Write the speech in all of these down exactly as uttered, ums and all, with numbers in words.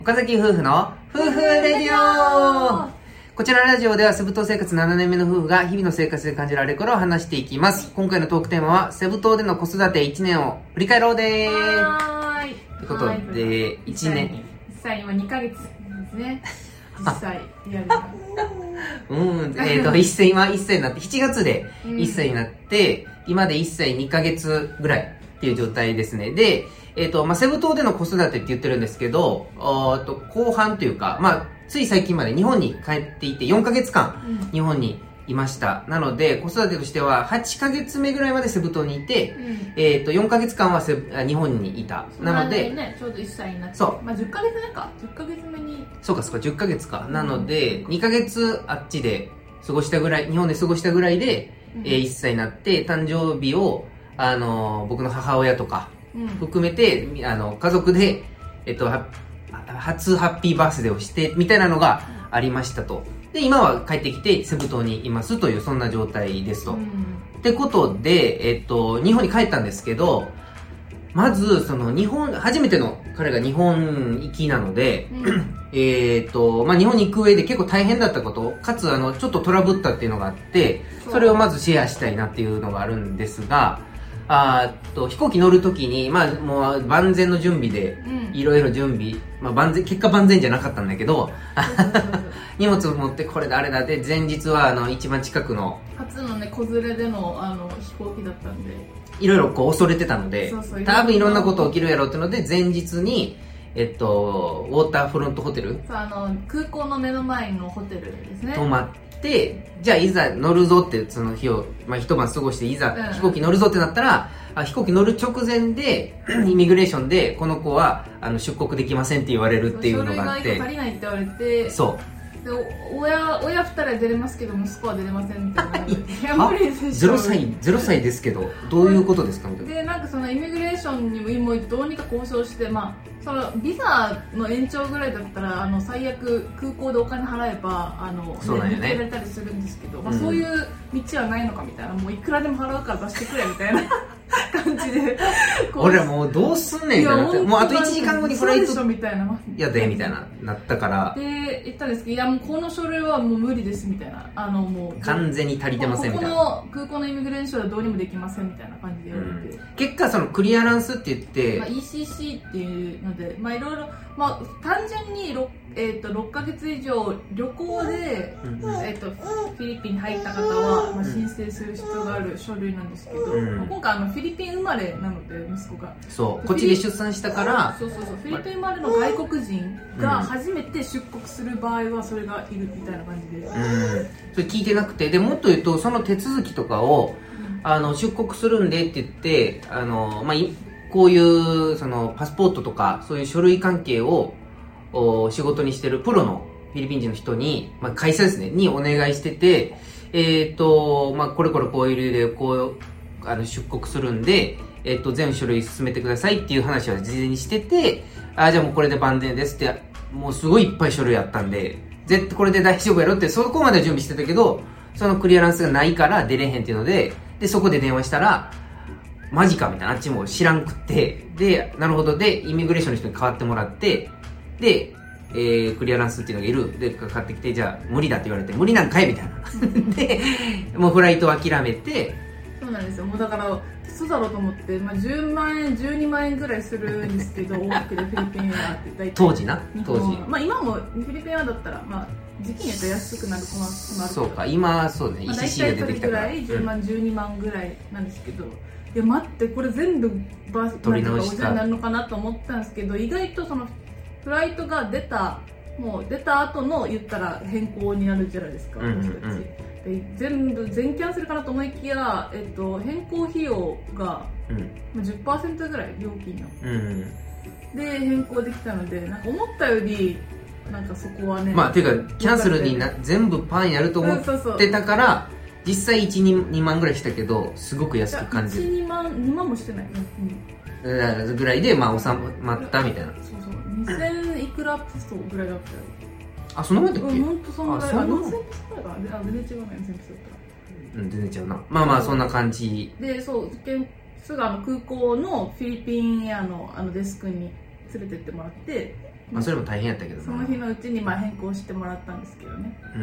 岡崎夫婦の夫婦レディオ。こちらのラジオではセブ島生活ななねんめの夫婦が日々の生活で感じられることを話していきます。今回のトークテーマはセブ島での子育ていちねんを振り返ろうでーす。 はーい。 ということでいちねん、 いっさい今にかげつですね。実際リアルなうん、えっといっさい今いっさいになってしちがつでいっさいになって、うん、今でいっさいにかげつぐらいっていう状態ですね。で、えっとまあセブ島での子育てって言ってるんですけど、あと後半というか、まあつい最近まで日本に帰っていてよんかげつかん日本にいました。うん、なので子育てとしてははちかげつめぐらいまでセブ島にいて、うん、えっとよんかげつかんはセブ日本にいた。なので、 ね、ちょうどいっさいになって、 そう、 まあじゅっかげつめか、じゅっかげつめに、 そうかそうかじゅっかげつか。なのでにかげつあっちで過ごしたぐらい、日本で過ごしたぐらいで、うん、えー、いっさいになって誕生日をあのー、僕の母親とか含めて、うん、あの家族で、えっと、初ハッピーバースデーをしてみたいなのがありましたと。で今は帰ってきてセブ島にいますというそんな状態ですと。うん、ってことで、えっと、日本に帰ったんですけど、まずその日本初めての彼が日本行きなので、うん、えっとまあ日本に行く上で結構大変だったこと、かつあのちょっとトラブったっていうのがあって、それをまずシェアしたいなっていうのがあるんですが。あと飛行機乗るときに、まあ、もう万全の準備でいろいろ準備、まあ、万全結果万全じゃなかったんだけど荷物を持ってこれだあれだで、前日はあの一番近くの初のね子連れでのあの飛行機だったんでいろいろこう恐れてたので、そうそう多分いろんなこと起きるやろうっていうので前日に、えっと、ウォーターフロントホテル、 そうあの空港の目の前のホテルですね、 泊まってでじゃあいざ乗るぞってその日を、まあ、一晩過ごしていざ飛行機乗るぞってなったら、うん、あ飛行機乗る直前でイミグレーションでこの子はあの出国できませんって言われるっていうのがあって、 書類が足りないって言われて、 そうで親親ふたりは出れますけど息子は出れませんみたいないや無理でしょゼロさいゼロさいですけどどういうことですかみたいな。 でなんかそのイミグレーションにももうどうにか交渉して、まあそのビザの延長ぐらいだったらあの最悪空港でお金払えばあのそうなんよね、 抜けられたりするんですけど、まあ、そういう道はないのかみたいな、もういくらでも払うから出してくれみたいな感じで俺らもうどうすんねんみたいなって、もうあといちじかんごにフライトみたいなやでみたいななったからで言ったんですけど、いやもうこの書類はもう無理ですみたいな、あのもう完全に足りてませんみたいな、 ここの空港のイミグレーションはどうにもできませんみたいな感じで言われて、うん、 結果そのクリアランスって言って、 まあ、イーシーシー っていうので、まあいろいろ、まあ単純に 6,、えー、とろっかげつ以上旅行で、うん、えー、とフィリピンに入った方は、まあ、申請する必要がある書類なんですけど、うん、まあ、今回あのフィリピン生まれなので息子がそうこっちで出産したから、 そうそうそうフィリピン生まれの外国人が初めて出国する場合はそれがいるみたいな感じで、うん、 それ聞いてなくて、でもっと言うとその手続きとかを、うん、あの出国するんでって言ってあの、まあ、こういうそのパスポートとかそういう書類関係を仕事にしてるプロのフィリピン人の人に、まあ、会社ですねにお願いしてて、えっとまあ、これこれこういう理由でこうあの出国するんで、えっと全書類進めてくださいっていう話は事前にしてて、あじゃあもうこれで万全ですって、もうすごいいっぱい書類あったんで絶対これで大丈夫やろってそこまで準備してたけど、そのクリアランスがないから出れへんっていうので、でそこで電話したらマジかみたいな、あっちも知らんくって、でなるほどでイミグレーションの人に代わってもらって、で、えー、クリアランスっていうのがいるでかかってきて、じゃあ無理だって言われて無理なんかいみたいなでもうフライトを諦めて、 そうなんですよ、もうだからそうだろうと思って、まあ、じゅうまんえんじゅうにまんえんぐらいするんですけど往復でフィリピンエアって大体当時な当時、 まあ、今もフィリピンエアだったら、まあ、時期によって安くなる可能性もあるそうか今そうね、 まあ、大体それぐらいじゅうまんじゅうにまんぐらいなんですけど、いや待ってこれ全部バス取り直しかおじゃになるのかなと思ったんですけど、意外とそのフライトが出たもう出た後の言ったら変更になるじゃないですか、 うんうんうん、 私たちで全部全キャンセルかなと思いきや、えっと、変更費用が じゅっパーセント ぐらい料金の、うん、で変更できたので、なんか思ったよりなんかそこはね、 まあていうかキャンセルにな全部パンやると思ってたから、実際 いち、にまんぐらいしたけどすごく安く感じる。 いち、にまん、にまんもしてない、 うん、ぐらいでまあ収まったみたいな。 そうそう、にせんいくらペソぐらいだったよ。 あ、そんなもんだっけ？ うん、ほんとそんぐらい。あ、よんせんペソぐらいか。あ、全然違うな、よんせんペソだったら。 うん、全然違うな。まあまあそんな感じで、そう、すぐあの空港のフィリピンエアのあのデスクに連れてってもらって、 まあ、それも大変やったけど、 その日のうちにまあ変更してもらったんですけどね。 うん、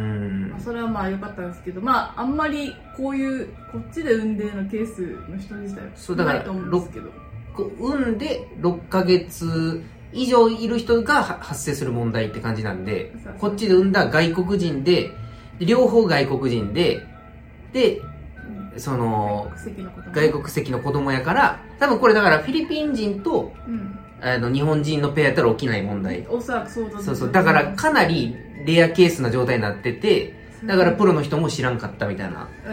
まあ、それはまあ良かったんですけど、まああんまりこういうこっちで産んでのケースの人自体は少ないと思うんですけど、 産んでろっかげつ以上いる人が発生する問題って感じなんで、そうそう、こっちで産んだ外国人で、両方外国人で、で、その外国籍の子供やから、多分これだからフィリピン人と、うん、あの日本人のペアやったら起きない問題。 おそらくそうだ、ね、 そうそう。だからかなりレアケースな状態になってて、だからプロの人も知らんかったみたいな。うん、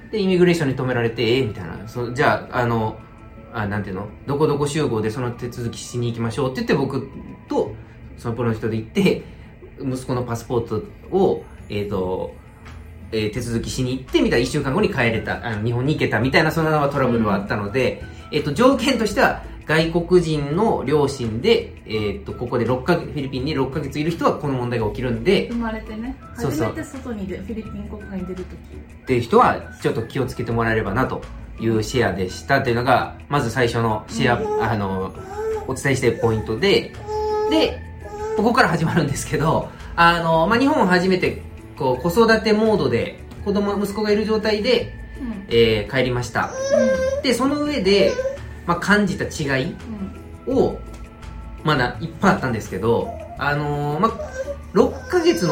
でイミグレーションに止められて、えー、みたいな。そじゃああのあなんていうの、どこどこ集合でその手続きしに行きましょうって言って、僕とそのプロの人で行って、息子のパスポートをえっ、ー、と。えー、手続きしに行ってみたいな、いっしゅうかんごに帰れた、あの日本に行けたみたいな、そんなトラブルはあったので、うん、えっと条件としては外国人の両親で、えー、っとここでろっかげつ、フィリピンにろっかげついる人はこの問題が起きるんで、 生まれてね、初めて外にでフィリピン国外に出るときっていう人はちょっと気をつけてもらえればなというシェアでしたというのがまず最初のシェア、うん、あのお伝えしているポイントで、でここから始まるんですけど、あの、まあ、日本を初めてこう子育てモードで子供息子がいる状態で、うん、えー、帰りました、うん、でその上で、まあ、感じた違いをまだいっぱいあったんですけど、あのー、まあろっかげつの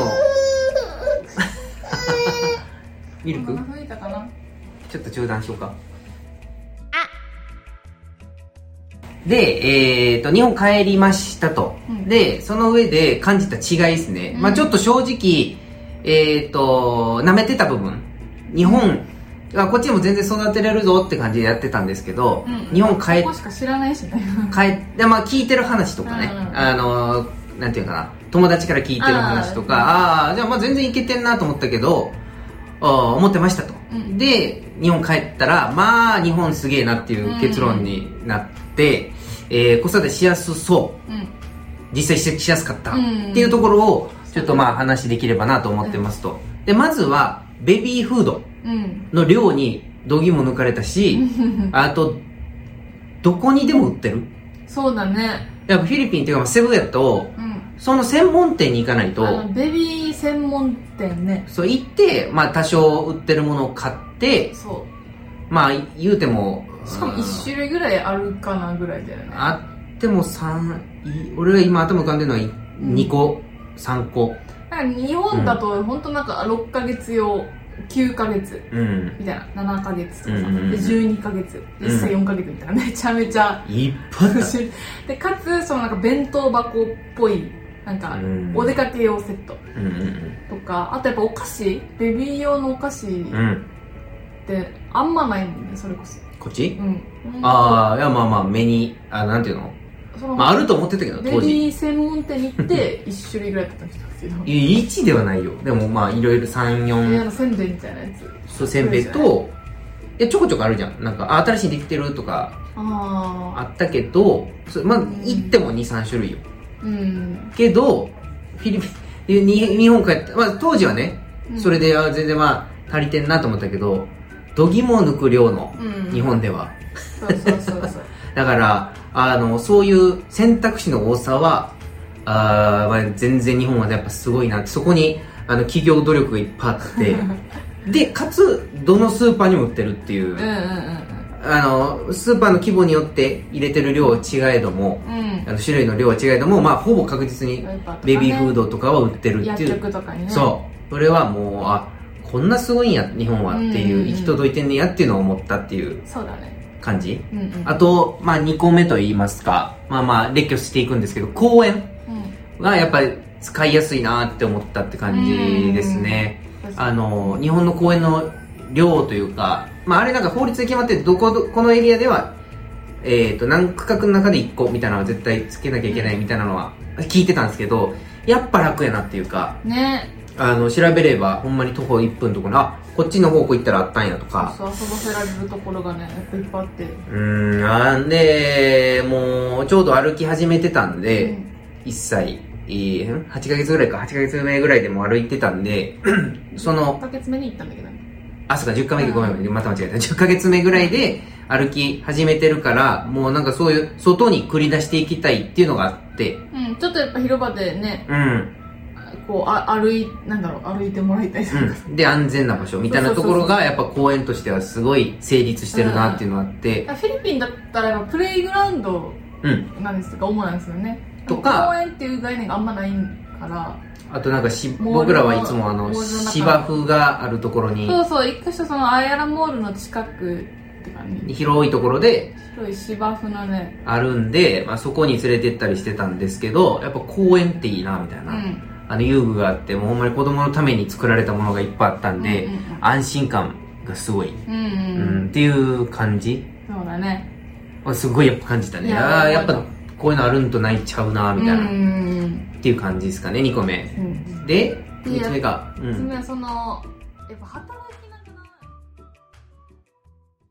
ミルクちょっと中断しようか。で、えーと、日本帰りましたと、うん、でその上で感じた違いですね、うん、まあちょっと正直えーと、舐めてた部分、日本、うん、こっちでも全然育てれるぞって感じでやってたんですけど、うん、日本帰っ、 そこしか知らないしね。 帰って、まあ聞いてる話とかね、うん、あの、なんていうかな、友達から聞いてる話とか、ああ、じゃあまあ全然いけてんなと思ったけど、思ってましたと、うん。で、日本帰ったら、まあ日本すげえなっていう結論になって、うん、えー、子育てしやすそう、うん、実際しやすかったっていうところを、ちょっとまあ話できればなと思ってますと、うん、でまずはベビーフードの量に度肝抜かれたし、うん、あとどこにでも売ってる。 そうだね。 やっぱフィリピンっていうかセブやと、うん、その専門店に行かないと、あのベビー専門店ね、 そう行って、まあ、多少売ってるものを買って、そうまあ言うてもしかもいっ種類ぐらいあるかなぐらいだよね。 あってもさん、俺が今頭浮かんでるのはにこ、うんさんこ。 だから日本だと本当なんかろっかげつ用きゅうかげつみたいな、ななかげつとかさ、うんうんうん、でじゅうにかげついっさいよんかげつみたいな、めちゃめちゃいっぱいでかつそのなんか弁当箱っぽいなんかお出かけ用セットとか、あとやっぱお菓子、ベビー用のお菓子ってあんまないもんね、それこそこっち、うん、ああいやまあまあ目にあなんていうの、まあ、あると思ってたけど当時ベビー専門店に行っていち種類ぐらいだったんですけどいちではないよ。でもまあいろいろさん、よんせんべいみたいなやつ、そうせんべいといやちょこちょこあるじゃん、なんかあ新しいできてるとか あ, あったけどそまあ行ってもに、さん種類よ、うん、けどフィリピンに日本帰った、まあ、当時はね、うん、それで全然まあ足りてんなと思ったけど度肝を抜く量の、うん、日本ではそうそうそうそうだからあのそういう選択肢の多さはあ、まあ、全然日本はやっぱすごいなって、そこにあの企業努力がいっぱいあってでかつどのスーパーにも売ってるっていう、うんうんうん、あのスーパーの規模によって入れてる量は違えども、うん、あの種類の量は違えども、まあ、ほぼ確実にベビーフードとかは売ってるっていう、 薬局とかにね、 そうそれはもうあこんなすごいんや日本はっていう、うんうんうん、行き届いてんねやっていうのを思ったっていうそうだね感じ、うんうん、あと、まあ、にこめといいますか、まあまあ列挙していくんですけど、公園はやっぱり使いやすいなって思ったって感じですね。あの日本の公園の量というか、まあ、あれなんか法律で決まってどこどこのエリアでは、えー、と何区画の中でいっこみたいなのは絶対つけなきゃいけないみたいなのは聞いてたんですけど、やっぱ楽やなっていうか、ね、あの調べればほんまに徒歩いっぷんとかのあこっちの方向行ったらあったんやとか、 そう遊ばせられるところがねやっぱいっぱいあって、 うんなんでもうちょうど歩き始めてたんで、うん、いっさいはちかげつぐらいかはちかげつめぐらいでも歩いてたんでそのじゅっかげつめに行ったんだけどね、 あそうかじゅっかげつめごめんまた間違えたじゅっかげつめぐらいで歩き始めてるから、もうなんかそういう外に繰り出していきたいっていうのがあっって、 うん、ちょっとやっぱ広場でね、 うん、 こうあ歩いなんだろう歩いてもらいたいとか、 うん、で安全な場所みたいなところがやっぱ公園としてはすごい成立してるなっていうのがあって、 うん、フィリピンだったらプレイグラウンドなんですが、うん、主なんですよね。 とか公園っていう概念があんまないから、 あとなんかし僕らはいつもあの芝生があるところに、 そうそう、一箇所そのアイアラモールの近くって感じ、 広いところで広い芝生のねあるんで、まあ、そこに連れてったりしてたんですけど、やっぱ公園っていいなみたいな、うん、あの遊具があってもうほんまに子供のために作られたものがいっぱいあったんで、うんうんうん、安心感がすごい、うんうんうん、っていう感じ。 そうだね、 すごいやっぱ感じたね。ああやっぱこういうのあるんとないっちゃうなみたいな、うんうんうん、っていう感じですかね。にこめ、うん、でみっつめが、 みっつめはそのやっぱ働き